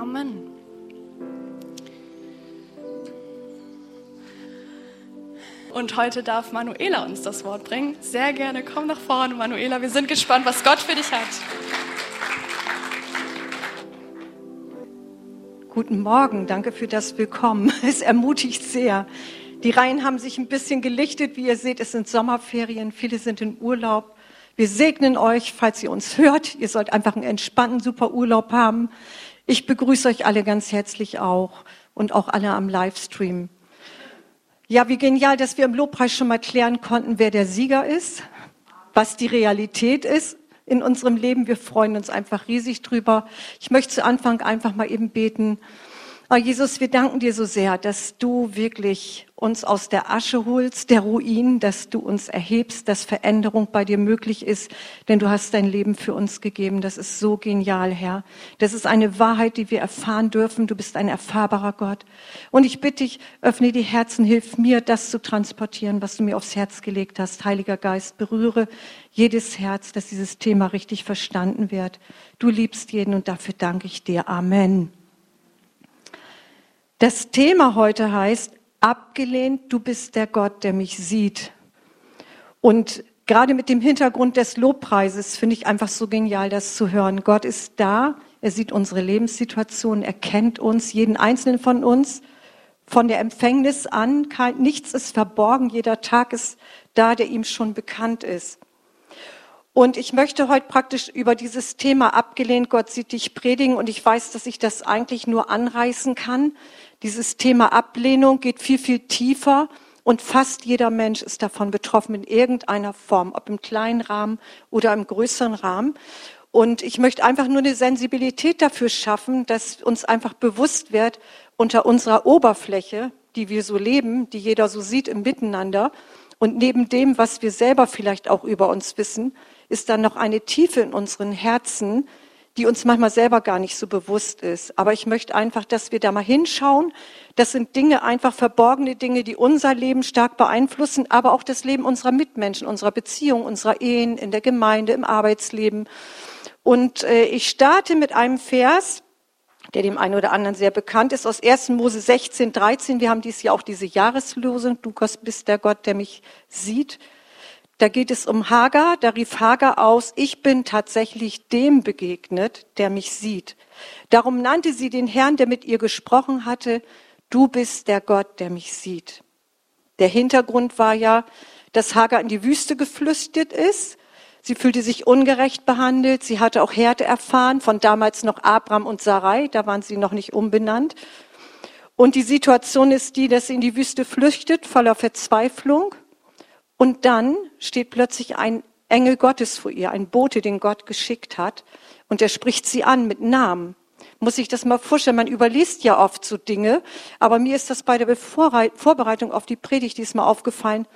Amen. Und heute darf Manuela uns das Wort bringen. Sehr gerne, komm nach vorne, Manuela. Wir sind gespannt, was Gott für dich hat. Guten Morgen, danke für das Willkommen. Es ermutigt sehr. Die Reihen haben sich ein bisschen gelichtet. Wie ihr seht, es sind Sommerferien. Viele sind in Urlaub. Wir segnen euch, falls ihr uns hört. Ihr sollt einfach einen entspannten, super Urlaub haben. Ich begrüße euch alle ganz herzlich auch und auch alle am Livestream. Ja, wie genial, dass wir im Lobpreis schon mal klären konnten, wer der Sieger ist, was die Realität ist in unserem Leben. Wir freuen uns einfach riesig drüber. Ich möchte zu Anfang einfach mal eben beten. Oh Jesus, wir danken dir so sehr, dass du wirklich uns aus der Asche holst, der Ruinen, dass du uns erhebst, dass Veränderung bei dir möglich ist, denn du hast dein Leben für uns gegeben. Das ist so genial, Herr. Das ist eine Wahrheit, die wir erfahren dürfen. Du bist ein erfahrbarer Gott. Und ich bitte dich, öffne die Herzen, hilf mir, das zu transportieren, was du mir aufs Herz gelegt hast. Heiliger Geist, berühre jedes Herz, dass dieses Thema richtig verstanden wird. Du liebst jeden und dafür danke ich dir. Amen. Das Thema heute heißt, abgelehnt, du bist der Gott, der mich sieht. Und gerade mit dem Hintergrund des Lobpreises finde ich einfach so genial, das zu hören. Gott ist da, er sieht unsere Lebenssituation, er kennt uns, jeden Einzelnen von uns, von der Empfängnis an. Nichts ist verborgen, jeder Tag ist da, der ihm schon bekannt ist. Und ich möchte heute praktisch über dieses Thema abgelehnt, Gott sieht dich predigen. Und ich weiß, dass ich das eigentlich nur anreißen kann. Dieses Thema Ablehnung geht viel, viel tiefer. Und fast jeder Mensch ist davon betroffen in irgendeiner Form, ob im kleinen Rahmen oder im größeren Rahmen. Und ich möchte einfach nur eine Sensibilität dafür schaffen, dass uns einfach bewusst wird, unter unserer Oberfläche, die wir so leben, die jeder so sieht im Miteinander, und neben dem, was wir selber vielleicht auch über uns wissen, ist dann noch eine Tiefe in unseren Herzen, die uns manchmal selber gar nicht so bewusst ist. Aber ich möchte einfach, dass wir da mal hinschauen. Das sind Dinge, einfach verborgene Dinge, die unser Leben stark beeinflussen, aber auch das Leben unserer Mitmenschen, unserer Beziehungen, unserer Ehen, in der Gemeinde, im Arbeitsleben. Und ich starte mit einem Vers, der dem einen oder anderen sehr bekannt ist, aus 1. Mose 16, 13. Wir haben dieses Jahr auch diese Jahreslosung, du bist der Gott, der mich sieht. Da geht es um Hagar, da rief Hagar aus, ich bin tatsächlich dem begegnet, der mich sieht. Darum nannte sie den Herrn, der mit ihr gesprochen hatte, du bist der Gott, der mich sieht. Der Hintergrund war ja, dass Hagar in die Wüste geflüchtet ist. Sie fühlte sich ungerecht behandelt. Sie hatte auch Härte erfahren von damals noch Abram und Sarai. Da waren sie noch nicht umbenannt. Und die Situation ist die, dass sie in die Wüste flüchtet, voller Verzweiflung. Und dann steht plötzlich ein Engel Gottes vor ihr, ein Bote, den Gott geschickt hat. Und er spricht sie an mit Namen. Muss ich das mal vorstellen? Man überliest ja oft so Dinge. Aber mir ist das bei der Vorbereitung auf die Predigt diesmal aufgefallen.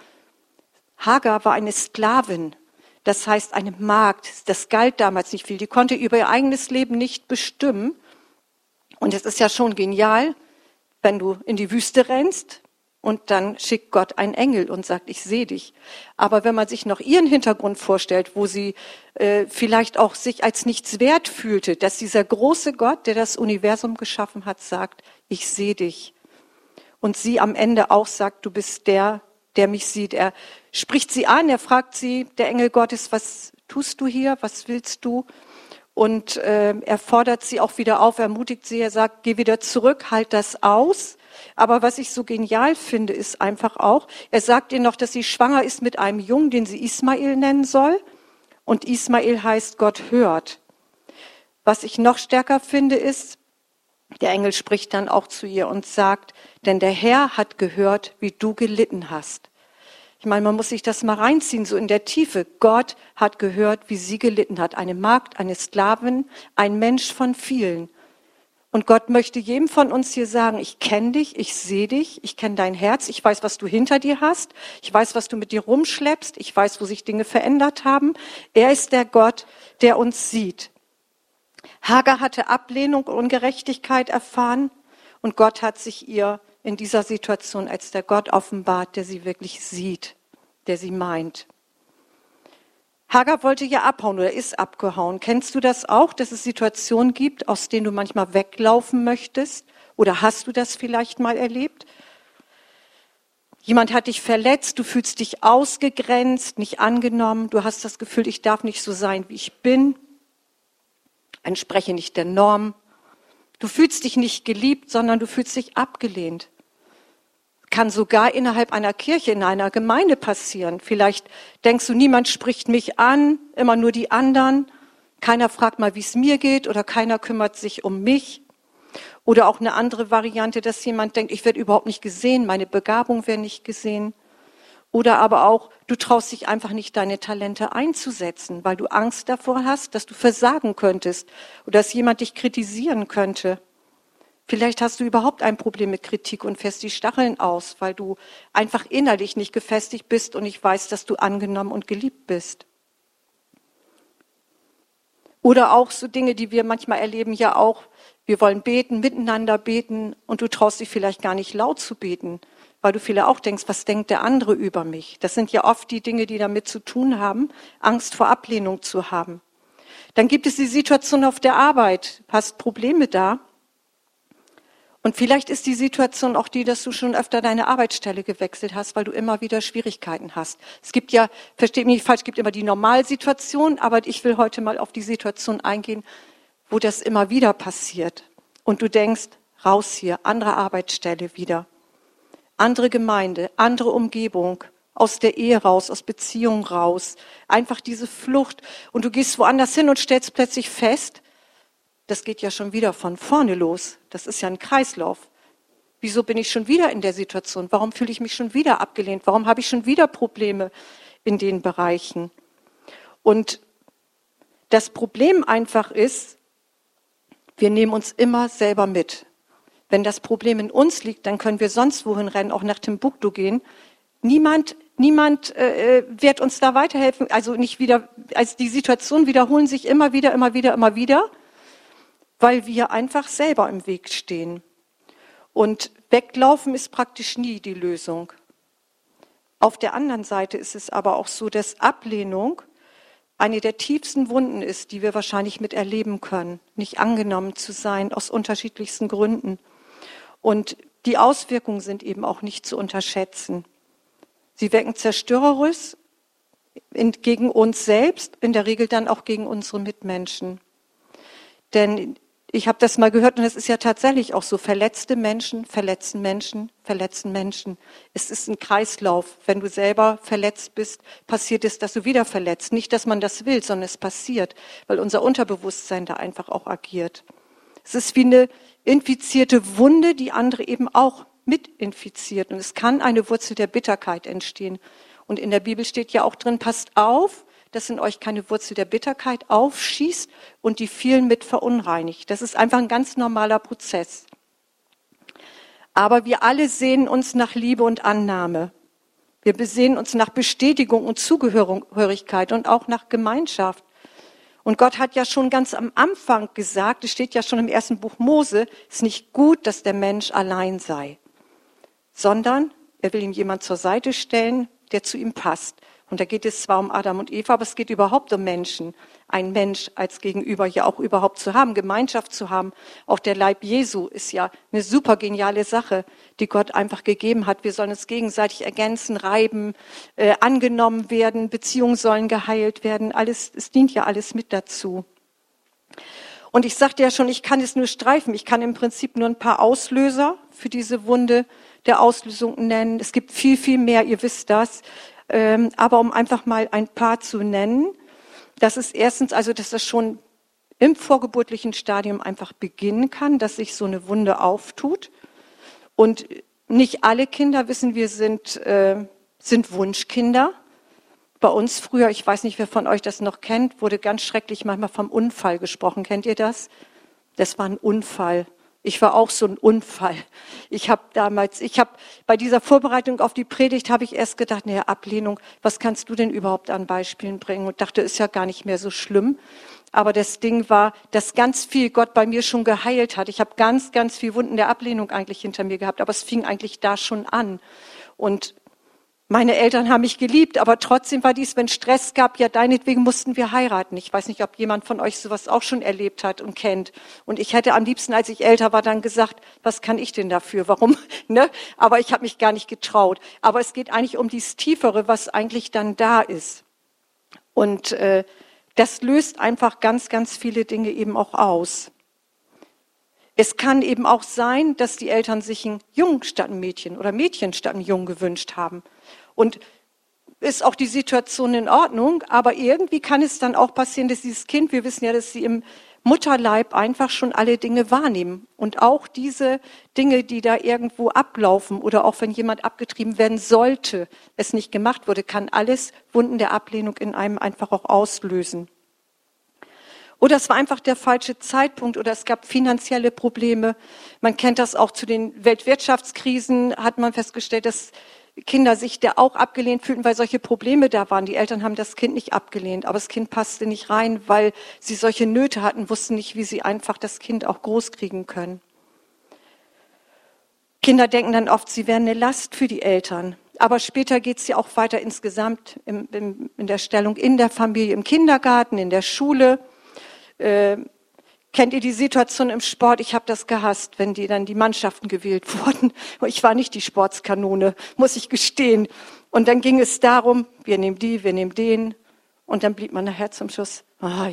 Hagar war eine Sklavin. Das heißt, eine Magd, das galt damals nicht viel. Die konnte über ihr eigenes Leben nicht bestimmen. Und es ist ja schon genial, wenn du in die Wüste rennst und dann schickt Gott einen Engel und sagt, ich sehe dich. Aber wenn man sich noch ihren Hintergrund vorstellt, wo sie vielleicht auch sich als nichts wert fühlte, dass dieser große Gott, der das Universum geschaffen hat, sagt, ich sehe dich. Und sie am Ende auch sagt, du bist der mich sieht. Er spricht sie an, er fragt sie, der Engel Gottes, was tust du hier, was willst du? Und er fordert sie auch wieder auf, ermutigt sie, er sagt, geh wieder zurück, halt das aus. Aber was ich so genial finde, ist einfach auch, er sagt ihr noch, dass sie schwanger ist mit einem Jungen, den sie Ismael nennen soll. Und Ismael heißt, Gott hört. Was ich noch stärker finde, ist, der Engel spricht dann auch zu ihr und sagt, denn der Herr hat gehört, wie du gelitten hast. Ich meine, man muss sich das mal reinziehen, so in der Tiefe. Gott hat gehört, wie sie gelitten hat. Eine Magd, eine Sklavin, ein Mensch von vielen. Und Gott möchte jedem von uns hier sagen, ich kenne dich, ich sehe dich, ich kenne dein Herz, ich weiß, was du hinter dir hast, ich weiß, was du mit dir rumschleppst, ich weiß, wo sich Dinge verändert haben. Er ist der Gott, der uns sieht. Hagar hatte Ablehnung und Ungerechtigkeit erfahren und Gott hat sich ihr in dieser Situation als der Gott offenbart, der sie wirklich sieht, der sie meint. Hagar wollte ja abhauen oder ist abgehauen. Kennst du das auch, dass es Situationen gibt, aus denen du manchmal weglaufen möchtest? Oder hast du das vielleicht mal erlebt? Jemand hat dich verletzt, du fühlst dich ausgegrenzt, nicht angenommen. Du hast das Gefühl, ich darf nicht so sein, wie ich bin. Entspreche nicht der Norm. Du fühlst dich nicht geliebt, sondern du fühlst dich abgelehnt. Kann sogar innerhalb einer Kirche, in einer Gemeinde passieren. Vielleicht denkst du, niemand spricht mich an, immer nur die anderen. Keiner fragt mal, wie es mir geht oder keiner kümmert sich um mich. Oder auch eine andere Variante, dass jemand denkt, ich werde überhaupt nicht gesehen, meine Begabung wäre nicht gesehen. Oder aber auch, du traust dich einfach nicht, deine Talente einzusetzen, weil du Angst davor hast, dass du versagen könntest oder dass jemand dich kritisieren könnte. Vielleicht hast du überhaupt ein Problem mit Kritik und fährst die Stacheln aus, weil du einfach innerlich nicht gefestigt bist und nicht weißt, dass du angenommen und geliebt bist. Oder auch so Dinge, die wir manchmal erleben, ja auch, wir wollen beten, miteinander beten und du traust dich vielleicht gar nicht laut zu beten, weil du vielleicht auch denkst, was denkt der andere über mich? Das sind ja oft die Dinge, die damit zu tun haben, Angst vor Ablehnung zu haben. Dann gibt es die Situation auf der Arbeit, hast Probleme da. Und vielleicht ist die Situation auch die, dass du schon öfter deine Arbeitsstelle gewechselt hast, weil du immer wieder Schwierigkeiten hast. Es gibt ja, versteht mich nicht falsch, es gibt immer die Normalsituation, aber ich will heute mal auf die Situation eingehen, wo das immer wieder passiert. Und du denkst, raus hier, andere Arbeitsstelle wieder, andere Gemeinde, andere Umgebung, aus der Ehe raus, aus Beziehung raus, einfach diese Flucht. Und du gehst woanders hin und stellst plötzlich fest, das geht ja schon wieder von vorne los. Das ist ja ein Kreislauf. Wieso bin ich schon wieder in der Situation? Warum fühle ich mich schon wieder abgelehnt? Warum habe ich schon wieder Probleme in den Bereichen? Und das Problem einfach ist, wir nehmen uns immer selber mit. Wenn das Problem in uns liegt, dann können wir sonst wohin rennen, auch nach Timbuktu gehen. Niemand wird uns da weiterhelfen. Also nicht wieder, also die Situationen wiederholen sich immer wieder, weil wir einfach selber im Weg stehen. Und weglaufen ist praktisch nie die Lösung. Auf der anderen Seite ist es aber auch so, dass Ablehnung eine der tiefsten Wunden ist, die wir wahrscheinlich miterleben können. Nicht angenommen zu sein, aus unterschiedlichsten Gründen. Und die Auswirkungen sind eben auch nicht zu unterschätzen. Sie wecken Zerstörerisch gegen uns selbst, in der Regel dann auch gegen unsere Mitmenschen. Denn ich habe das mal gehört und es ist ja tatsächlich auch so, verletzte Menschen verletzen Menschen, verletzen Menschen. Es ist ein Kreislauf. Wenn du selber verletzt bist, passiert es, dass du wieder verletzt. Nicht, dass man das will, sondern es passiert, weil unser Unterbewusstsein da einfach auch agiert. Es ist wie eine infizierte Wunde, die andere eben auch mit infiziert. Und es kann eine Wurzel der Bitterkeit entstehen. Und in der Bibel steht ja auch drin, passt auf, dass in euch keine Wurzel der Bitterkeit aufschießt und die vielen mit verunreinigt. Das ist einfach ein ganz normaler Prozess. Aber wir alle sehnen uns nach Liebe und Annahme. Wir besehnen uns nach Bestätigung und Zugehörigkeit und auch nach Gemeinschaft. Und Gott hat ja schon ganz am Anfang gesagt, es steht ja schon im ersten Buch Mose, es ist nicht gut, dass der Mensch allein sei, sondern er will ihm jemand zur Seite stellen, der zu ihm passt. Und da geht es zwar um Adam und Eva, aber es geht überhaupt um Menschen. Ein Mensch als Gegenüber ja auch überhaupt zu haben, Gemeinschaft zu haben. Auch der Leib Jesu ist ja eine super geniale Sache, die Gott einfach gegeben hat. Wir sollen uns gegenseitig ergänzen, reiben, angenommen werden, Beziehungen sollen geheilt werden. Alles, es dient ja alles mit dazu. Und ich sagte ja schon, ich kann es nur streifen. Ich kann im Prinzip nur ein paar Auslöser für diese Wunde der Auslösung nennen. Es gibt viel, viel mehr, ihr wisst das. Aber um einfach mal ein paar zu nennen, das ist erstens, also dass das schon im vorgeburtlichen Stadium einfach beginnen kann, dass sich so eine Wunde auftut. Und nicht alle Kinder, wissen wir, sind Wunschkinder. Bei uns früher, ich weiß nicht, wer von euch das noch kennt, wurde ganz schrecklich manchmal vom Unfall gesprochen. Kennt ihr das? Das war ein Unfall. Ich war auch so ein Unfall. Ich habe bei dieser Vorbereitung auf die Predigt habe ich erst gedacht, naja, Ablehnung, was kannst du denn überhaupt an Beispielen bringen? Und dachte, ist ja gar nicht mehr so schlimm. Aber das Ding war, dass ganz viel Gott bei mir schon geheilt hat. Ich habe ganz, ganz viel Wunden der Ablehnung eigentlich hinter mir gehabt, aber es fing eigentlich da schon an. Und Meine Eltern haben mich geliebt, aber trotzdem war dies, wenn Stress gab, ja, deinetwegen mussten wir heiraten. Ich weiß nicht, ob jemand von euch sowas auch schon erlebt hat und kennt. Und ich hätte am liebsten, als ich älter war, dann gesagt, was kann ich denn dafür? Warum? Ne? Aber ich habe mich gar nicht getraut. Aber es geht eigentlich um dies Tiefere, was eigentlich dann da ist. Und das löst einfach ganz, ganz viele Dinge eben auch aus. Es kann eben auch sein, dass die Eltern sich einen Jungen statt ein Mädchen oder Mädchen statt einen Jungen gewünscht haben. Und ist auch die Situation in Ordnung, aber irgendwie kann es dann auch passieren, dass dieses Kind, wir wissen ja, dass sie im Mutterleib einfach schon alle Dinge wahrnehmen. Und auch diese Dinge, die da irgendwo ablaufen oder auch wenn jemand abgetrieben werden sollte, es nicht gemacht wurde, kann alles Wunden der Ablehnung in einem einfach auch auslösen. Oder es war einfach der falsche Zeitpunkt oder es gab finanzielle Probleme. Man kennt das auch zu den Weltwirtschaftskrisen, hat man festgestellt, dass Kinder sich da auch abgelehnt fühlten, weil solche Probleme da waren. Die Eltern haben das Kind nicht abgelehnt, aber das Kind passte nicht rein, weil sie solche Nöte hatten, wussten nicht, wie sie einfach das Kind auch groß kriegen können. Kinder denken dann oft, sie wären eine Last für die Eltern. Aber später geht es ja auch weiter insgesamt in der Stellung in der Familie, im Kindergarten, in der Schule. Kennt ihr die Situation im Sport? Ich habe das gehasst, wenn die Mannschaften gewählt wurden. Ich war nicht die Sportskanone, muss ich gestehen. Und dann ging es darum, wir nehmen die, wir nehmen den. Und dann blieb man nachher zum Schluss,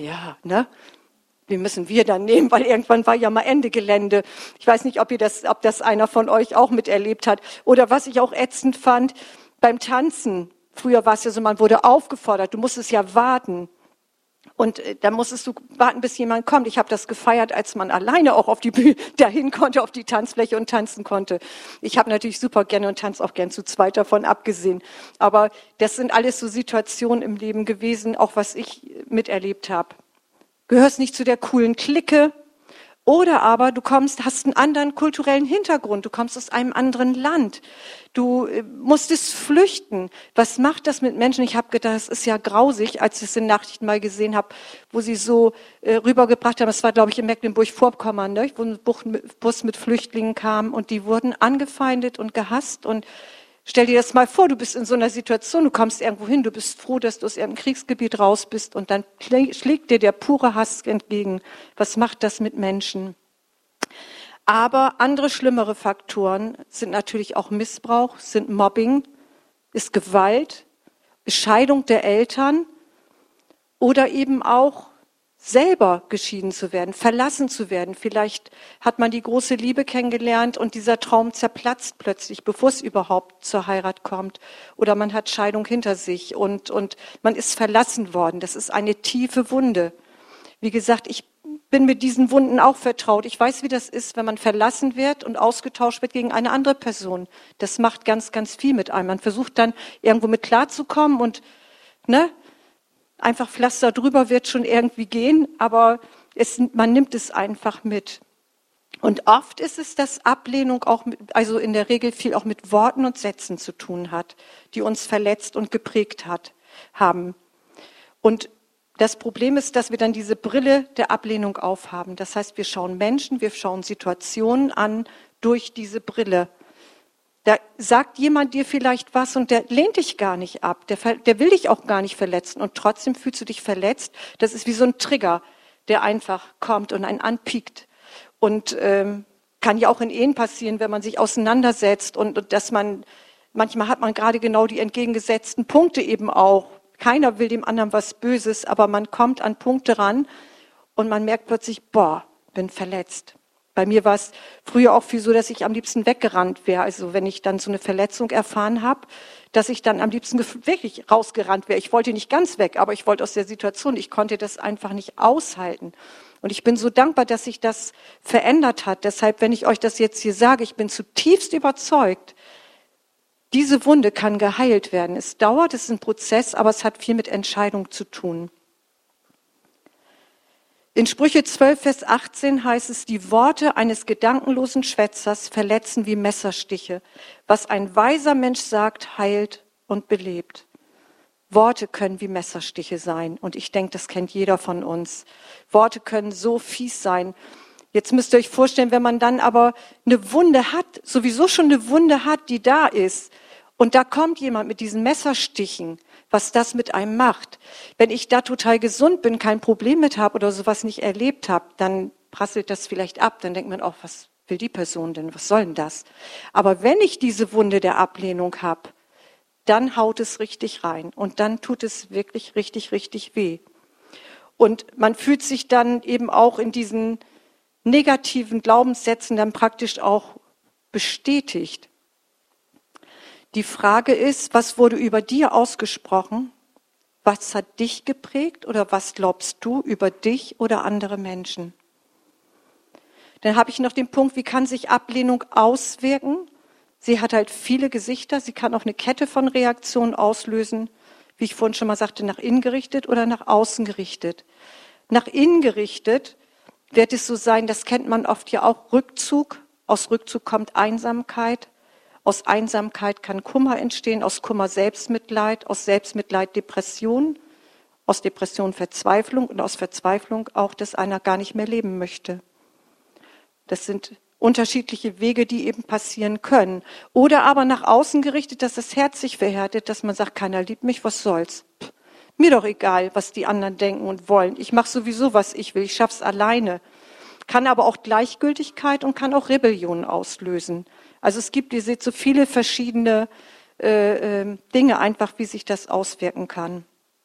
wie müssen wir dann nehmen, weil irgendwann war ja mal Ende Gelände. Ich weiß nicht, ob das einer von euch auch miterlebt hat. Oder was ich auch ätzend fand, beim Tanzen. Früher war es ja so, man wurde aufgefordert, du musstest ja warten. Und dann musstest du warten, bis jemand kommt. Ich habe das gefeiert, als man alleine auch auf die Bühne dahin konnte, auf die Tanzfläche und tanzen konnte. Ich habe natürlich super gerne und tanze auch gern zu zweit davon abgesehen. Aber das sind alles so Situationen im Leben gewesen, auch was ich miterlebt habe. Gehörst nicht zu der coolen Clique. Oder aber du hast einen anderen kulturellen Hintergrund, du kommst aus einem anderen Land, du musstest flüchten. Was macht das mit Menschen? Ich habe gedacht, das ist ja grausig, als ich es in Nachrichten mal gesehen habe, wo sie so rübergebracht haben, das war glaube ich in Mecklenburg-Vorpommern, ne? Wo ein Bus mit Flüchtlingen kam und die wurden angefeindet und gehasst und stell dir das mal vor, du bist in so einer Situation, du kommst irgendwo hin, du bist froh, dass du aus irgendeinem Kriegsgebiet raus bist und dann schlägt dir der pure Hass entgegen. Was macht das mit Menschen? Aber andere schlimmere Faktoren sind natürlich auch Missbrauch, sind Mobbing, ist Gewalt, ist Scheidung der Eltern oder eben auch selber geschieden zu werden, verlassen zu werden. Vielleicht hat man die große Liebe kennengelernt und dieser Traum zerplatzt plötzlich, bevor es überhaupt zur Heirat kommt. Oder man hat Scheidung hinter sich und man ist verlassen worden. Das ist eine tiefe Wunde. Wie gesagt, ich bin mit diesen Wunden auch vertraut. Ich weiß, wie das ist, wenn man verlassen wird und ausgetauscht wird gegen eine andere Person. Das macht ganz, ganz viel mit einem. Man versucht dann irgendwo mit klarzukommen und einfach Pflaster drüber wird schon irgendwie gehen, aber man nimmt es einfach mit. Und oft ist es, dass Ablehnung auch, also in der Regel viel auch mit Worten und Sätzen zu tun hat, die uns verletzt und geprägt haben. Und das Problem ist, dass wir dann diese Brille der Ablehnung aufhaben. Das heißt, wir schauen Menschen, wir schauen Situationen an durch diese Brille. Da sagt jemand dir vielleicht was und der lehnt dich gar nicht ab, der will dich auch gar nicht verletzen und trotzdem fühlst du dich verletzt. Das ist wie so ein Trigger, der einfach kommt und einen anpiekt. Und kann ja auch in Ehen passieren, wenn man sich auseinandersetzt und dass manchmal hat man gerade genau die entgegengesetzten Punkte eben auch. Keiner will dem anderen was Böses, aber man kommt an Punkte ran und man merkt plötzlich, bin verletzt. Bei mir war es früher auch viel so, dass ich am liebsten weggerannt wäre. Also wenn ich dann so eine Verletzung erfahren habe, dass ich dann am liebsten wirklich rausgerannt wäre. Ich wollte nicht ganz weg, aber ich wollte aus der Situation, ich konnte das einfach nicht aushalten. Und ich bin so dankbar, dass sich das verändert hat. Deshalb, wenn ich euch das jetzt hier sage, ich bin zutiefst überzeugt, diese Wunde kann geheilt werden. Es dauert, es ist ein Prozess, aber es hat viel mit Entscheidung zu tun. In Sprüche 12, Vers 18 heißt es, die Worte eines gedankenlosen Schwätzers verletzen wie Messerstiche. Was ein weiser Mensch sagt, heilt und belebt. Worte können wie Messerstiche sein. Und ich denke, das kennt jeder von uns. Worte können so fies sein. Jetzt müsst ihr euch vorstellen, wenn man dann aber eine Wunde hat, sowieso schon eine Wunde hat, die da ist, Und da kommt jemand mit diesen Messerstichen, was das mit einem macht. Wenn ich da total gesund bin, kein Problem mit habe oder sowas nicht erlebt habe, dann prasselt das vielleicht ab. Dann denkt man auch, was will die Person denn? Was soll denn das? Aber wenn ich diese Wunde der Ablehnung habe, dann haut es richtig rein. Und dann tut es wirklich richtig, richtig weh. Und man fühlt sich dann eben auch in diesen negativen Glaubenssätzen dann praktisch auch bestätigt. Die Frage ist, was wurde über dir ausgesprochen? Was hat dich geprägt oder was glaubst du über dich oder andere Menschen? Dann habe ich noch den Punkt, wie kann sich Ablehnung auswirken? Sie hat halt viele Gesichter, sie kann auch eine Kette von Reaktionen auslösen, wie ich vorhin schon mal sagte, nach innen gerichtet oder nach außen gerichtet. Nach innen gerichtet wird es so sein, das kennt man oft ja auch, Rückzug. Aus Rückzug kommt Einsamkeit. Aus Einsamkeit kann Kummer entstehen, aus Kummer Selbstmitleid, aus Selbstmitleid Depression, aus Depression Verzweiflung und aus Verzweiflung auch, dass einer gar nicht mehr leben möchte. Das sind unterschiedliche Wege, die eben passieren können. Oder aber nach außen gerichtet, dass das Herz sich verhärtet, dass man sagt, keiner liebt mich, was soll's? Mir doch egal, was die anderen denken und wollen. Ich mache sowieso, was ich will, ich schaff's alleine. Kann aber auch Gleichgültigkeit und kann auch Rebellion auslösen. Also es gibt, ihr seht, so viele verschiedene Dinge einfach, wie sich das auswirken kann.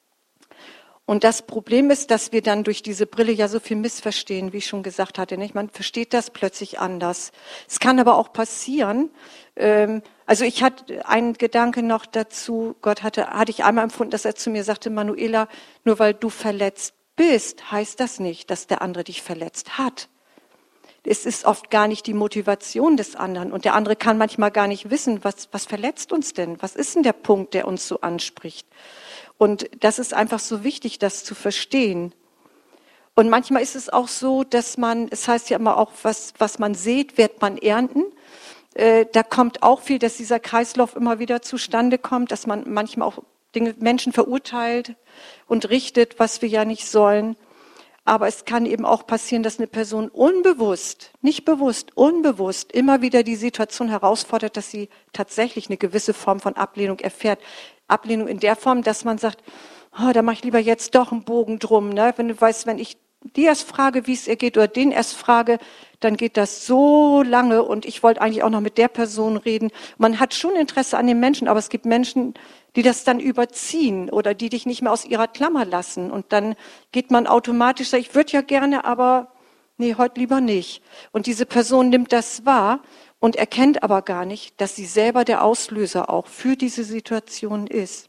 Und das Problem ist, dass wir dann durch diese Brille ja so viel missverstehen, wie ich schon gesagt hatte. Nicht? Man versteht das plötzlich anders. Es kann aber auch passieren. Also ich hatte einen Gedanke noch dazu. Gott hatte ich einmal empfunden, dass er zu mir sagte, Manuela, nur weil du verletzt bist, heißt das nicht, dass der andere dich verletzt hat. Es ist oft gar nicht die Motivation des anderen. Und der andere kann manchmal gar nicht wissen, was verletzt uns denn? Was ist denn der Punkt, der uns so anspricht? Und das ist einfach so wichtig, das zu verstehen. Und manchmal ist es auch so, dass es heißt ja immer auch, was man sät, wird man ernten. Da kommt auch viel, dass dieser Kreislauf immer wieder zustande kommt, dass man manchmal auch Menschen verurteilt und richtet, was wir ja nicht sollen. Aber es kann eben auch passieren, dass eine Person unbewusst, nicht bewusst, unbewusst immer wieder die Situation herausfordert, dass sie tatsächlich eine gewisse Form von Ablehnung erfährt. Ablehnung in der Form, dass man sagt, da mache ich lieber jetzt doch einen Bogen drum. Ne? Wenn du weißt, wenn ich die erst frage, wie es ihr geht, oder den erst frage, dann geht das so lange und ich wollte eigentlich auch noch mit der Person reden. Man hat schon Interesse an den Menschen, aber es gibt Menschen, die das dann überziehen oder die dich nicht mehr aus ihrer Klammer lassen. Und dann geht man automatisch, sagt, ich würde ja gerne, aber nee, heute lieber nicht. Und diese Person nimmt das wahr und erkennt aber gar nicht, dass sie selber der Auslöser auch für diese Situation ist.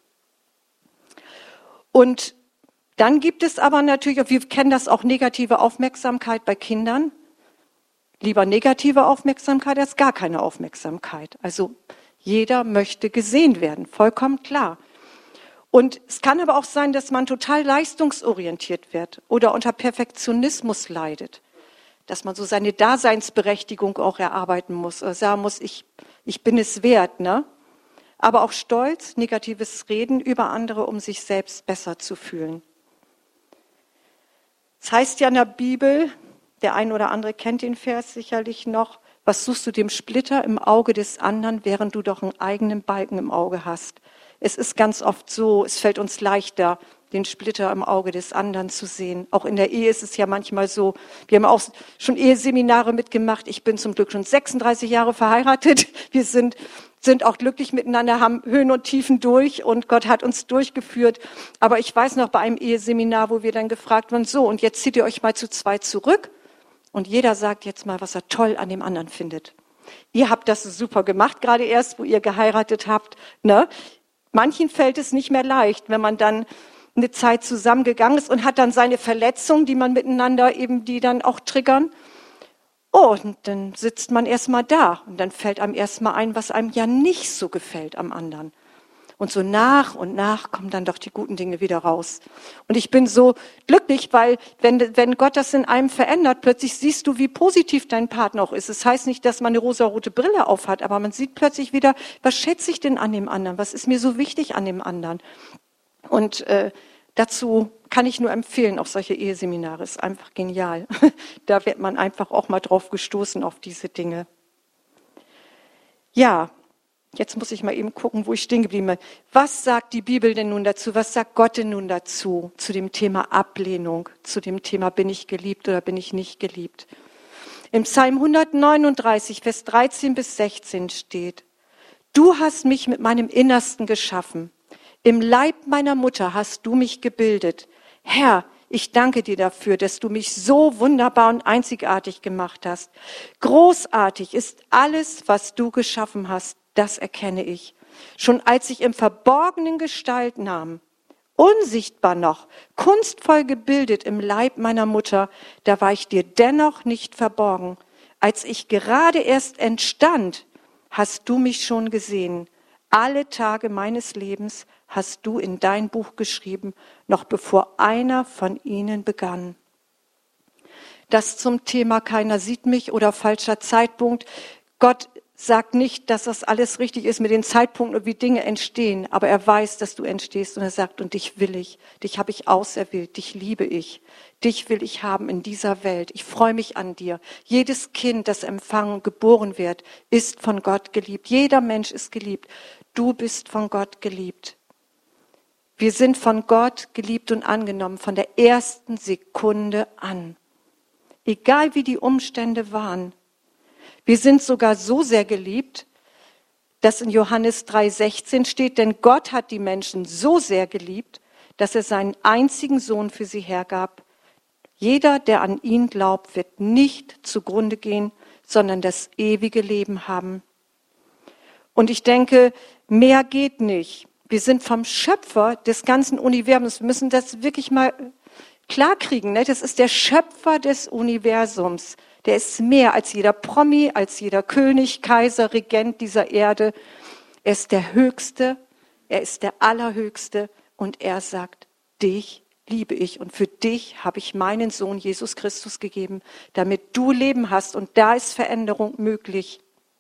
Und dann gibt es aber natürlich, wir kennen das auch, negative Aufmerksamkeit bei Kindern. Lieber negative Aufmerksamkeit als gar keine Aufmerksamkeit. Also jeder möchte gesehen werden, vollkommen klar. Und es kann aber auch sein, dass man total leistungsorientiert wird oder unter Perfektionismus leidet. Dass man so seine Daseinsberechtigung auch erarbeiten muss oder sagen muss, ich bin es wert, ne? Aber auch Stolz, negatives Reden über andere, um sich selbst besser zu fühlen. Es heißt ja in der Bibel, der ein oder andere kennt den Vers sicherlich noch, was suchst du dem Splitter im Auge des anderen, während du doch einen eigenen Balken im Auge hast? Es ist ganz oft so, es fällt uns leichter, den Splitter im Auge des anderen zu sehen. Auch in der Ehe ist es ja manchmal so, wir haben auch schon Eheseminare mitgemacht. Ich bin zum Glück schon 36 Jahre verheiratet. Wir sind auch glücklich miteinander, haben Höhen und Tiefen durch und Gott hat uns durchgeführt. Aber ich weiß noch bei einem Eheseminar, wo wir dann gefragt wurden, so und jetzt zieht ihr euch mal zu zweit zurück und jeder sagt jetzt mal, was er toll an dem anderen findet. Ihr habt das super gemacht, gerade erst, wo ihr geheiratet habt. Ne? Manchen fällt es nicht mehr leicht, wenn man dann eine Zeit zusammengegangen ist und hat dann seine Verletzungen, die man miteinander eben, die dann auch triggern. Oh, und dann sitzt man erstmal da und dann fällt einem erstmal ein, was einem ja nicht so gefällt am anderen. Und so nach und nach kommen dann doch die guten Dinge wieder raus. Und ich bin so glücklich, weil wenn Gott das in einem verändert, plötzlich siehst du, wie positiv dein Partner auch ist. Es heißt nicht, dass man eine rosarote Brille aufhat, aber man sieht plötzlich wieder, was schätze ich denn an dem anderen? Was ist mir so wichtig an dem anderen? Und dazu kann ich nur empfehlen, auch solche Eheseminare, ist einfach genial. Da wird man einfach auch mal drauf gestoßen auf diese Dinge. Ja, Jetzt muss ich mal eben gucken, wo ich stehen geblieben bin. Was sagt die Bibel denn nun dazu? Was sagt Gott denn nun dazu? Zu dem Thema Ablehnung, zu dem Thema, bin ich geliebt oder bin ich nicht geliebt? Im Psalm 139, Vers 13 bis 16 steht: Du hast mich mit meinem Innersten geschaffen. Im Leib meiner Mutter hast du mich gebildet. Herr, ich danke dir dafür, dass du mich so wunderbar und einzigartig gemacht hast. Großartig ist alles, was du geschaffen hast. Das erkenne ich. Schon als ich im Verborgenen Gestalt nahm, unsichtbar noch, kunstvoll gebildet im Leib meiner Mutter, da war ich dir dennoch nicht verborgen. Als ich gerade erst entstand, hast du mich schon gesehen. Alle Tage meines Lebens hast du in dein Buch geschrieben, noch bevor einer von ihnen begann. Das zum Thema keiner sieht mich oder falscher Zeitpunkt. Gott sagt nicht, dass das alles richtig ist mit den Zeitpunkten und wie Dinge entstehen, aber er weiß, dass du entstehst und er sagt, und dich will ich, dich habe ich auserwählt, dich liebe ich, dich will ich haben in dieser Welt. Ich freue mich an dir. Jedes Kind, das empfangen und geboren wird, ist von Gott geliebt. Jeder Mensch ist geliebt. Du bist von Gott geliebt. Wir sind von Gott geliebt und angenommen, von der ersten Sekunde an. Egal wie die Umstände waren. Wir sind sogar so sehr geliebt, dass in Johannes 3,16 steht, denn Gott hat die Menschen so sehr geliebt, dass er seinen einzigen Sohn für sie hergab. Jeder, der an ihn glaubt, wird nicht zugrunde gehen, sondern das ewige Leben haben. Und ich denke, mehr geht nicht. Wir sind vom Schöpfer des ganzen Universums. Wir müssen das wirklich mal klarkriegen. Ne? Das ist der Schöpfer des Universums. Der ist mehr als jeder Promi, als jeder König, Kaiser, Regent dieser Erde. Er ist der Höchste, er ist der Allerhöchste und er sagt, dich liebe ich und für dich habe ich meinen Sohn Jesus Christus gegeben, damit du Leben hast und da ist Veränderung möglich.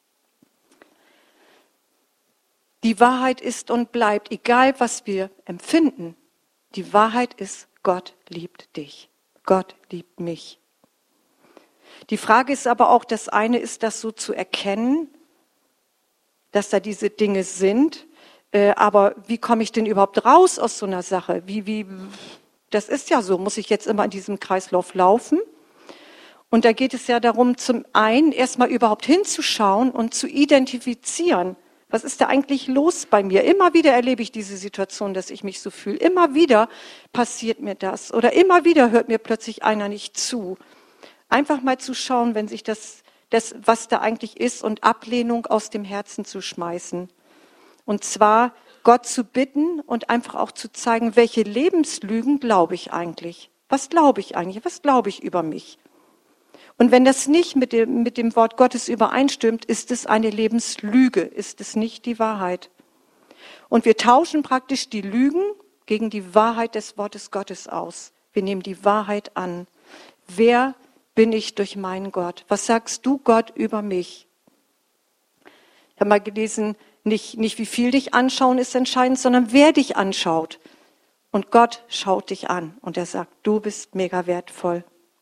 Die Wahrheit ist und bleibt, egal was wir empfinden, die Wahrheit ist, Gott liebt dich, Gott liebt mich. Die Frage ist aber auch, das eine ist, das so zu erkennen, dass da diese Dinge sind, aber wie komme ich denn überhaupt raus aus so einer Sache? Das ist ja so, muss ich jetzt immer in diesem Kreislauf laufen? Und da geht es ja darum, zum einen erstmal überhaupt hinzuschauen und zu identifizieren, was ist da eigentlich los bei mir? Immer wieder erlebe ich diese Situation, dass ich mich so fühle. Immer wieder passiert mir das oder immer wieder hört mir plötzlich einer nicht zu. Einfach mal zu schauen, wenn sich das, was da eigentlich ist, und Ablehnung aus dem Herzen zu schmeißen. Und zwar Gott zu bitten und einfach auch zu zeigen, welche Lebenslügen glaube ich eigentlich? Was glaube ich eigentlich? Was glaube ich über mich? Und wenn das nicht mit dem Wort Gottes übereinstimmt, ist es eine Lebenslüge, ist es nicht die Wahrheit. Und wir tauschen praktisch die Lügen gegen die Wahrheit des Wortes Gottes aus. Wir nehmen die Wahrheit an. Wer bin ich durch meinen Gott? Was sagst du, Gott, über mich? Ich habe mal gelesen, nicht wie viel dich anschauen ist entscheidend, sondern wer dich anschaut. Und Gott schaut dich an und er sagt, du bist mega wertvoll.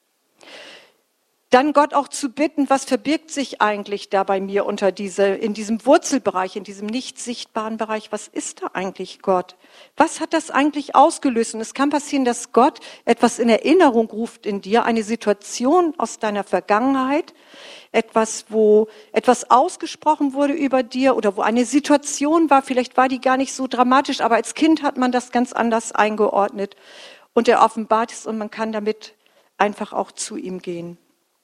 Dann Gott auch zu bitten, was verbirgt sich eigentlich da bei mir in diesem Wurzelbereich, in diesem nicht sichtbaren Bereich? Was ist da eigentlich Gott? Was hat das eigentlich ausgelöst? Und es kann passieren, dass Gott etwas in Erinnerung ruft in dir, eine Situation aus deiner Vergangenheit, etwas, wo etwas ausgesprochen wurde über dir oder wo eine Situation war, vielleicht war die gar nicht so dramatisch, aber als Kind hat man das ganz anders eingeordnet und er offenbart es und man kann damit einfach auch zu ihm gehen.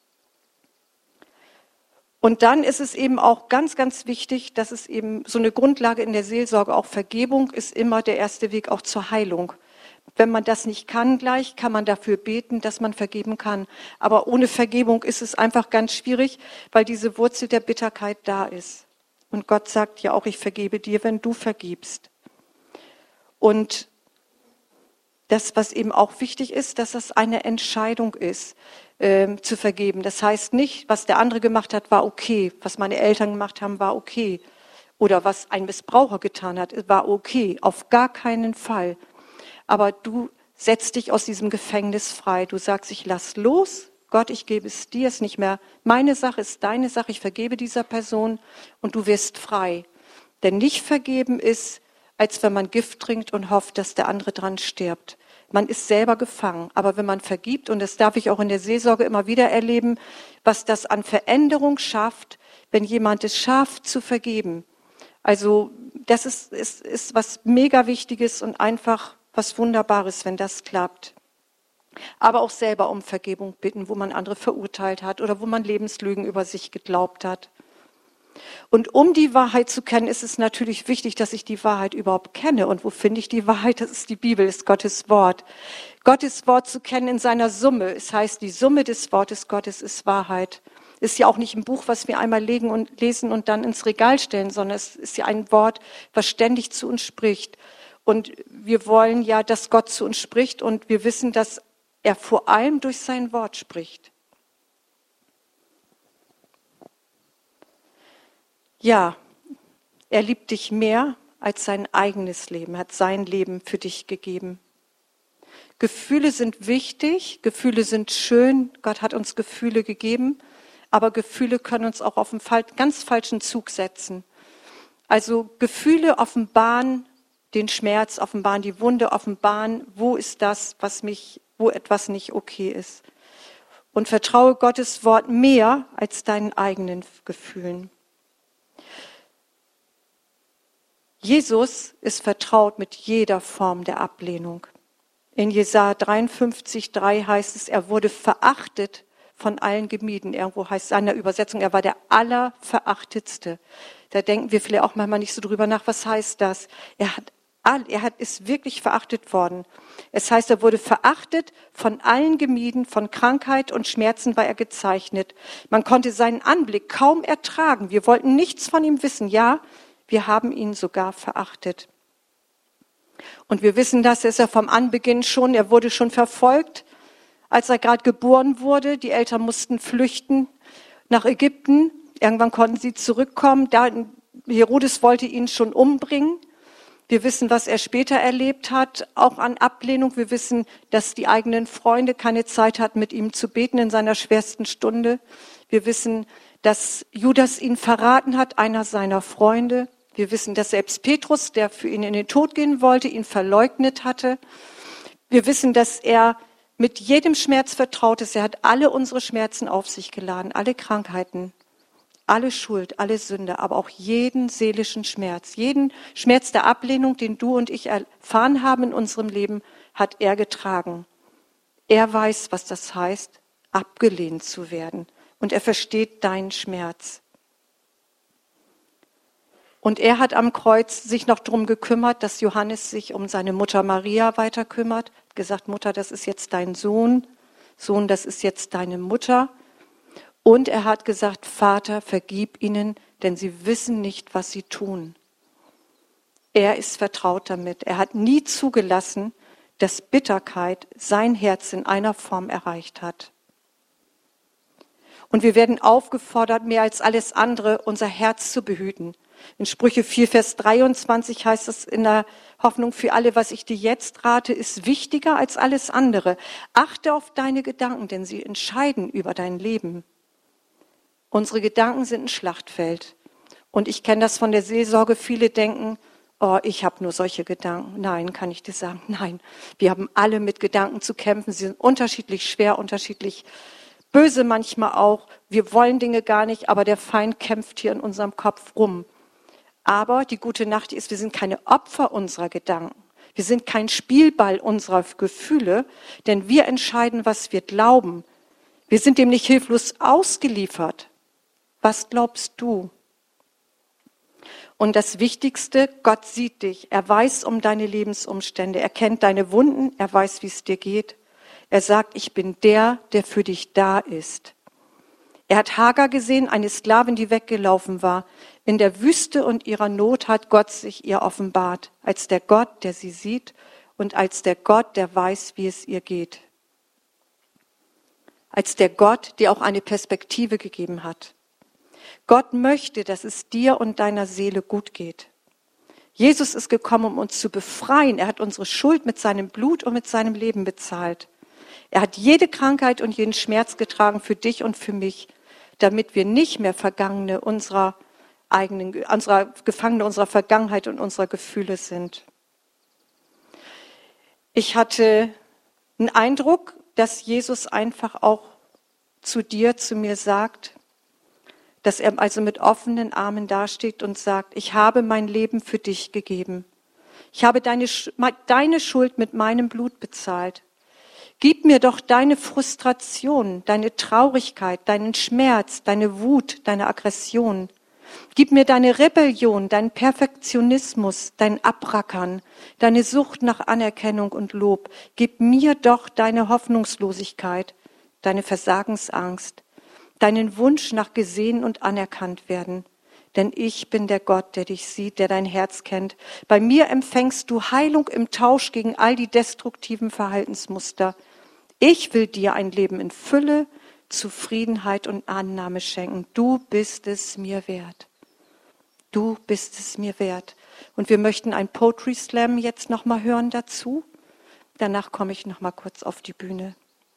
Und dann ist es eben auch ganz, ganz wichtig, dass es eben so eine Grundlage in der Seelsorge, auch Vergebung ist immer der erste Weg auch zur Heilung. Wenn man das nicht kann gleich, kann man dafür beten, dass man vergeben kann. Aber ohne Vergebung ist es einfach ganz schwierig, weil diese Wurzel der Bitterkeit da ist. Und Gott sagt ja auch, ich vergebe dir, wenn du vergibst. Und das, was eben auch wichtig ist, dass das eine Entscheidung ist, zu vergeben. Das heißt nicht, was der andere gemacht hat, war okay. Was meine Eltern gemacht haben, war okay. Oder was ein Missbraucher getan hat, war okay. Auf gar keinen Fall. Aber du setzt dich aus diesem Gefängnis frei. Du sagst, ich lass los. Gott, ich gebe es dir. Es ist nicht mehr meine Sache, es ist deine Sache. Ich vergebe dieser Person und du wirst frei. Denn nicht vergeben ist, als wenn man Gift trinkt und hofft, dass der andere dran stirbt. Man ist selber gefangen. Aber wenn man vergibt, und das darf ich auch in der Seelsorge immer wieder erleben, was das an Veränderung schafft, wenn jemand es schafft zu vergeben. Also das ist was mega Wichtiges und einfach was Wunderbares, wenn das klappt. Aber auch selber um Vergebung bitten, wo man andere verurteilt hat oder wo man Lebenslügen über sich geglaubt hat. Und um die Wahrheit zu kennen, ist es natürlich wichtig, dass ich die Wahrheit überhaupt kenne. Und wo finde ich die Wahrheit? Das ist die Bibel, das ist Gottes Wort. Gottes Wort zu kennen in seiner Summe. Es heißt, die Summe des Wortes Gottes ist Wahrheit. Ist ja auch nicht ein Buch, was wir einmal lesen und dann ins Regal stellen, sondern es ist ja ein Wort, was ständig zu uns spricht. Und wir wollen ja, dass Gott zu uns spricht und wir wissen, dass er vor allem durch sein Wort spricht. Ja, er liebt dich mehr als sein eigenes Leben, hat sein Leben für dich gegeben. Gefühle sind wichtig, Gefühle sind schön, Gott hat uns Gefühle gegeben, aber Gefühle können uns auch auf einen ganz falschen Zug setzen. Also Gefühle offenbaren den Schmerz, offenbaren die Wunde, offenbaren, wo ist das, wo etwas nicht okay ist. Und vertraue Gottes Wort mehr als deinen eigenen Gefühlen. Jesus ist vertraut mit jeder Form der Ablehnung. In Jesaja 53,3 heißt es, er wurde verachtet von allen gemieden. Irgendwo heißt es in der Übersetzung, er war der Allerverachtetste. Da denken wir vielleicht auch manchmal nicht so drüber nach, was heißt das? Ist wirklich verachtet worden. Es heißt, er wurde verachtet, von allen gemieden, von Krankheit und Schmerzen war er gezeichnet. Man konnte seinen Anblick kaum ertragen. Wir wollten nichts von ihm wissen. Ja, wir haben ihn sogar verachtet. Und wir wissen, dass er vom Anbeginn schon, er wurde schon verfolgt, als er gerade geboren wurde. Die Eltern mussten flüchten nach Ägypten. Irgendwann konnten sie zurückkommen. Herodes wollte ihn schon umbringen. Wir wissen, was er später erlebt hat, auch an Ablehnung. Wir wissen, dass die eigenen Freunde keine Zeit hatten, mit ihm zu beten in seiner schwersten Stunde. Wir wissen, dass Judas ihn verraten hat, einer seiner Freunde. Wir wissen, dass selbst Petrus, der für ihn in den Tod gehen wollte, ihn verleugnet hatte. Wir wissen, dass er mit jedem Schmerz vertraut ist. Er hat alle unsere Schmerzen auf sich geladen, alle Krankheiten, alle Schuld, alle Sünde, aber auch jeden seelischen Schmerz. Jeden Schmerz der Ablehnung, den du und ich erfahren haben in unserem Leben, hat er getragen. Er weiß, was das heißt, abgelehnt zu werden. Und er versteht deinen Schmerz. Und er hat am Kreuz sich noch darum gekümmert, dass Johannes sich um seine Mutter Maria weiter kümmert. Gesagt, Mutter, das ist jetzt dein Sohn. Sohn, das ist jetzt deine Mutter. Und er hat gesagt, Vater, vergib ihnen, denn sie wissen nicht, was sie tun. Er ist vertraut damit. Er hat nie zugelassen, dass Bitterkeit sein Herz in einer Form erreicht hat. Und wir werden aufgefordert, mehr als alles andere, unser Herz zu behüten. In Sprüche 4, Vers 23 heißt es in der Hoffnung für alle, was ich dir jetzt rate, ist wichtiger als alles andere. Achte auf deine Gedanken, denn sie entscheiden über dein Leben. Unsere Gedanken sind ein Schlachtfeld. Und ich kenne das von der Seelsorge. Viele denken, oh, ich habe nur solche Gedanken. Nein, kann ich dir sagen, nein. Wir haben alle mit Gedanken zu kämpfen. Sie sind unterschiedlich schwer, unterschiedlich böse manchmal auch. Wir wollen Dinge gar nicht, aber der Feind kämpft hier in unserem Kopf rum. Aber die gute Nachricht ist, wir sind keine Opfer unserer Gedanken. Wir sind kein Spielball unserer Gefühle, denn wir entscheiden, was wir glauben. Wir sind dem nicht hilflos ausgeliefert. Was glaubst du? Und das Wichtigste, Gott sieht dich. Er weiß um deine Lebensumstände. Er kennt deine Wunden. Er weiß, wie es dir geht. Er sagt, ich bin der, der für dich da ist. Er hat Hagar gesehen, eine Sklavin, die weggelaufen war. In der Wüste und ihrer Not hat Gott sich ihr offenbart, als der Gott, der sie sieht und als der Gott, der weiß, wie es ihr geht. Als der Gott, der auch eine Perspektive gegeben hat. Gott möchte, dass es dir und deiner Seele gut geht. Jesus ist gekommen, um uns zu befreien. Er hat unsere Schuld mit seinem Blut und mit seinem Leben bezahlt. Er hat jede Krankheit und jeden Schmerz getragen für dich und für mich, damit wir nicht mehr Gefangene unserer Gefangene unserer Vergangenheit und unserer Gefühle sind. Ich hatte einen Eindruck, dass Jesus einfach auch zu mir sagt, dass er also mit offenen Armen dasteht und sagt, ich habe mein Leben für dich gegeben. Ich habe deine Schuld mit meinem Blut bezahlt. Gib mir doch deine Frustration, deine Traurigkeit, deinen Schmerz, deine Wut, deine Aggression. Gib mir deine Rebellion, deinen Perfektionismus, dein Abrackern, deine Sucht nach Anerkennung und Lob. Gib mir doch deine Hoffnungslosigkeit, deine Versagensangst, deinen Wunsch nach gesehen und anerkannt werden. Denn ich bin der Gott, der dich sieht, der dein Herz kennt. Bei mir empfängst du Heilung im Tausch gegen all die destruktiven Verhaltensmuster. Ich will dir ein Leben in Fülle, Zufriedenheit und Annahme schenken. Du bist es mir wert. Du bist es mir wert. Und wir möchten ein Poetry Slam jetzt nochmal hören dazu. Danach komme ich nochmal kurz auf die Bühne.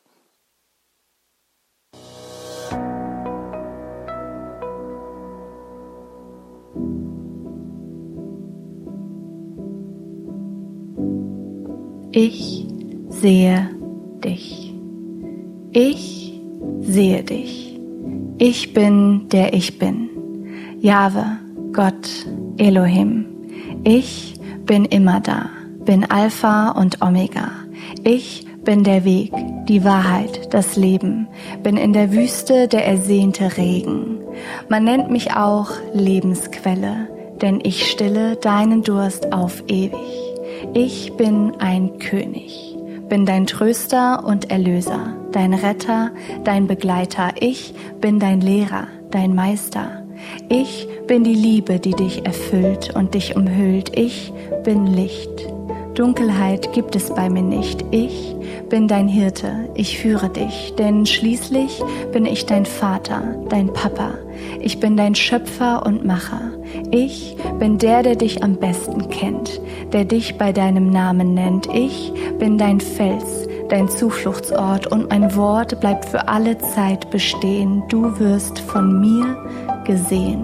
Ich sehe dich. Ich sehe dich. Ich bin, der ich bin. Jahwe, Gott, Elohim. Ich bin immer da, bin Alpha und Omega. Ich bin der Weg, die Wahrheit, das Leben. Bin in der Wüste der ersehnte Regen. Man nennt mich auch Lebensquelle, denn ich stille deinen Durst auf ewig. Ich bin ein König, bin dein Tröster und Erlöser, dein Retter, dein Begleiter. Ich bin dein Lehrer, dein Meister. Ich bin die Liebe, die dich erfüllt und dich umhüllt. Ich bin Licht. Dunkelheit gibt es bei mir nicht. Ich bin dein Hirte, ich führe dich, denn schließlich bin ich dein Vater, dein Papa. Ich bin dein Schöpfer und Macher. Ich bin der dich am besten kennt, der dich bei deinem Namen nennt. Ich bin dein Fels, dein Zufluchtsort und mein Wort bleibt für alle Zeit bestehen. Du wirst von mir gesehen.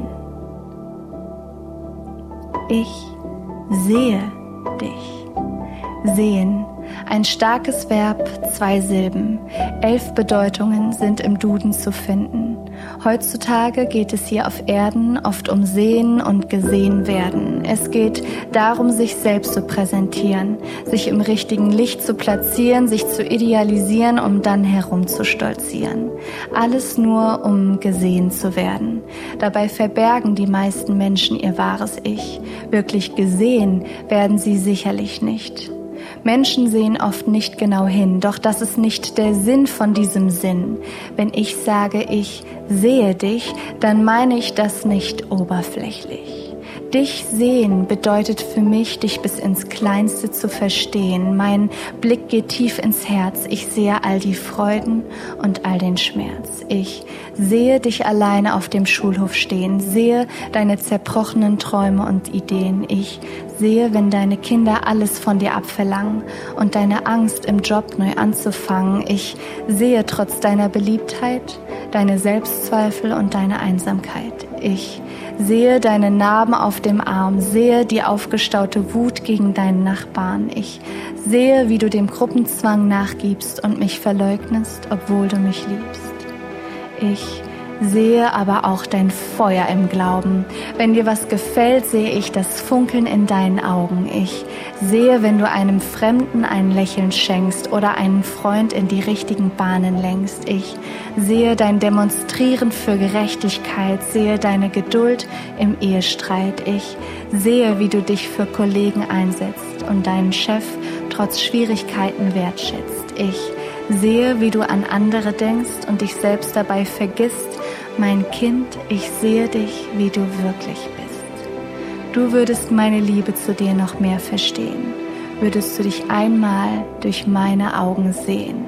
Ich sehe dich. Sehen. Ein starkes Verb, 2 Silben. 11 Bedeutungen sind im Duden zu finden. Heutzutage geht es hier auf Erden oft um Sehen und gesehen werden. Es geht darum, sich selbst zu präsentieren, sich im richtigen Licht zu platzieren, sich zu idealisieren, um dann herumzustolzieren. Alles nur, um gesehen zu werden. Dabei verbergen die meisten Menschen ihr wahres Ich. Wirklich gesehen werden sie sicherlich nicht. Menschen sehen oft nicht genau hin, doch das ist nicht der Sinn von diesem Sinn. Wenn ich sage, ich sehe dich, dann meine ich das nicht oberflächlich. Dich sehen bedeutet für mich, dich bis ins Kleinste zu verstehen. Mein Blick geht tief ins Herz. Ich sehe all die Freuden und all den Schmerz. Ich sehe dich alleine auf dem Schulhof stehen, sehe deine zerbrochenen Träume und Ideen. Ich sehe, wenn deine Kinder alles von dir abverlangen und deine Angst im Job neu anzufangen. Ich sehe trotz deiner Beliebtheit deine Selbstzweifel und deine Einsamkeit. Ich sehe deine Narben auf dem Arm, sehe die aufgestaute Wut gegen deinen Nachbarn. Ich sehe, wie du dem Gruppenzwang nachgibst und mich verleugnest, obwohl du mich liebst. Ich sehe aber auch dein Feuer im Glauben. Wenn dir was gefällt, sehe ich das Funkeln in deinen Augen. Ich sehe, wenn du einem Fremden ein Lächeln schenkst oder einen Freund in die richtigen Bahnen lenkst. Ich sehe dein Demonstrieren für Gerechtigkeit, sehe deine Geduld im Ehestreit. Ich sehe, wie du dich für Kollegen einsetzt und deinen Chef trotz Schwierigkeiten wertschätzt. Ich sehe, wie du an andere denkst und dich selbst dabei vergisst. Mein Kind, ich sehe dich, wie du wirklich bist. Du würdest meine Liebe zu dir noch mehr verstehen, würdest du dich einmal durch meine Augen sehen.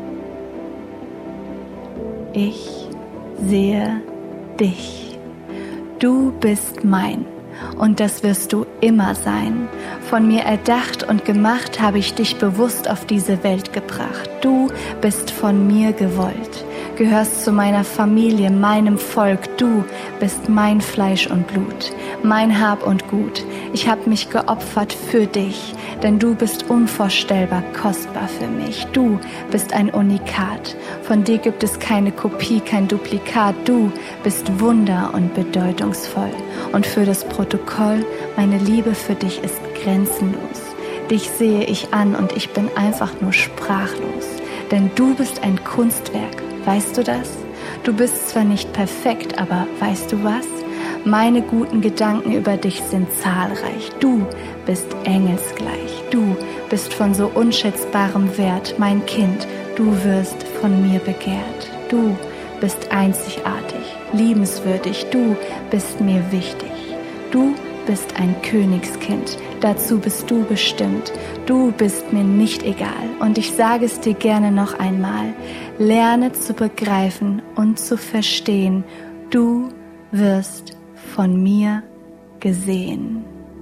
Ich sehe dich. Du bist mein. Und das wirst du immer sein. Von mir erdacht und gemacht habe ich dich bewusst auf diese Welt gebracht. Du bist von mir gewollt. gehörst zu meiner Familie, meinem Volk. Du bist mein Fleisch und Blut, mein Hab und Gut. Ich habe mich geopfert für dich, denn du bist unvorstellbar kostbar für mich. Du bist ein Unikat. Von dir gibt es keine Kopie, kein Duplikat. Du bist wunder- und bedeutungsvoll. Und für das Protokoll, meine Liebe für dich ist grenzenlos. Dich sehe ich an und ich bin einfach nur sprachlos. Denn du bist ein Kunstwerk, weißt du das? Du bist zwar nicht perfekt, aber weißt du was? Meine guten Gedanken über dich sind zahlreich. Du bist engelsgleich. Du bist von so unschätzbarem Wert, mein Kind. Du wirst von mir begehrt. Du bist einzigartig, liebenswürdig. Du bist mir wichtig. Du bist ein Königskind. Dazu bist du bestimmt. Du bist mir nicht egal. Und ich sage es dir gerne noch einmal. Lerne zu begreifen und zu verstehen. Du wirst von mir gesehen.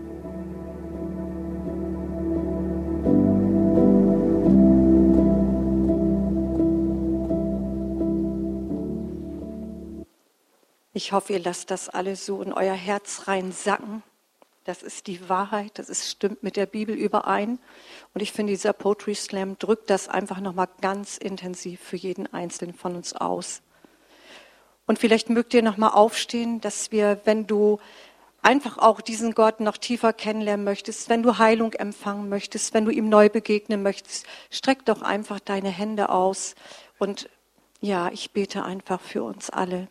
Ich hoffe, ihr lasst das alle so in euer Herz reinsacken. Das ist die Wahrheit, stimmt mit der Bibel überein. Und ich finde, dieser Poetry Slam drückt das einfach nochmal ganz intensiv für jeden Einzelnen von uns aus. Und vielleicht mögt ihr nochmal aufstehen, dass wir, wenn du einfach auch diesen Gott noch tiefer kennenlernen möchtest, wenn du Heilung empfangen möchtest, wenn du ihm neu begegnen möchtest, streck doch einfach deine Hände aus. Und ja, ich bete einfach für uns alle.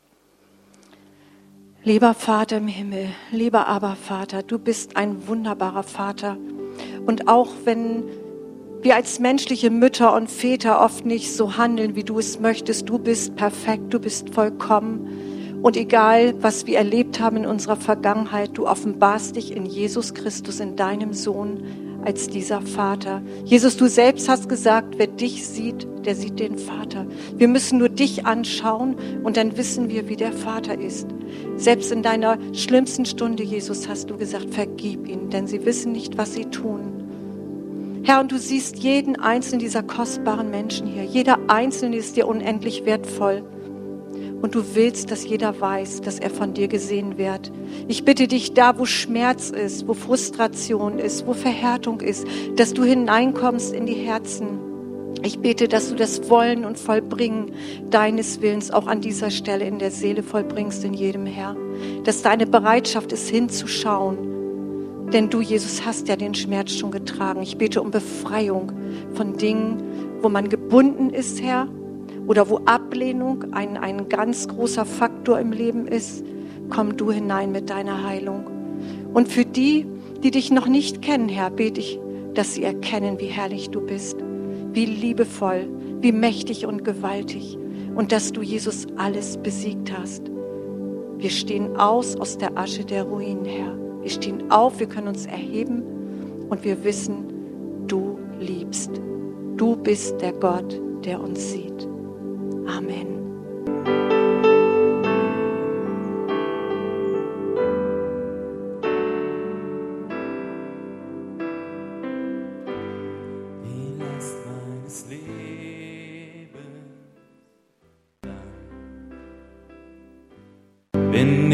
Lieber Vater im Himmel, lieber Abba-Vater, du bist ein wunderbarer Vater. Und auch wenn wir als menschliche Mütter und Väter oft nicht so handeln, wie du es möchtest, du bist perfekt, du bist vollkommen. Und egal, was wir erlebt haben in unserer Vergangenheit, du offenbarst dich in Jesus Christus, in deinem Sohn, als dieser Vater. Jesus, du selbst hast gesagt, wer dich sieht, der sieht den Vater. Wir müssen nur dich anschauen und dann wissen wir, wie der Vater ist. Selbst in deiner schlimmsten Stunde, Jesus, hast du gesagt, vergib ihnen, denn sie wissen nicht, was sie tun. Herr, und du siehst jeden einzelnen dieser kostbaren Menschen hier. Jeder einzelne ist dir unendlich wertvoll. Und du willst, dass jeder weiß, dass er von dir gesehen wird. Ich bitte dich, da wo Schmerz ist, wo Frustration ist, wo Verhärtung ist, dass du hineinkommst in die Herzen. Ich bete, dass du das Wollen und Vollbringen deines Willens auch an dieser Stelle in der Seele vollbringst, in jedem Herr. Dass deine Bereitschaft ist, hinzuschauen. Denn du, Jesus, hast ja den Schmerz schon getragen. Ich bete um Befreiung von Dingen, wo man gebunden ist, Herr. Oder wo Ablehnung ein ganz großer Faktor im Leben ist, komm du hinein mit deiner Heilung. Und für die, die dich noch nicht kennen, Herr, bete ich, dass sie erkennen, wie herrlich du bist, wie liebevoll, wie mächtig und gewaltig und dass du, Jesus, alles besiegt hast. Wir stehen aus der Asche der Ruinen, Herr. Wir stehen auf, wir können uns erheben und wir wissen, du liebst. Du bist der Gott, der uns sieht. Amen. Wenn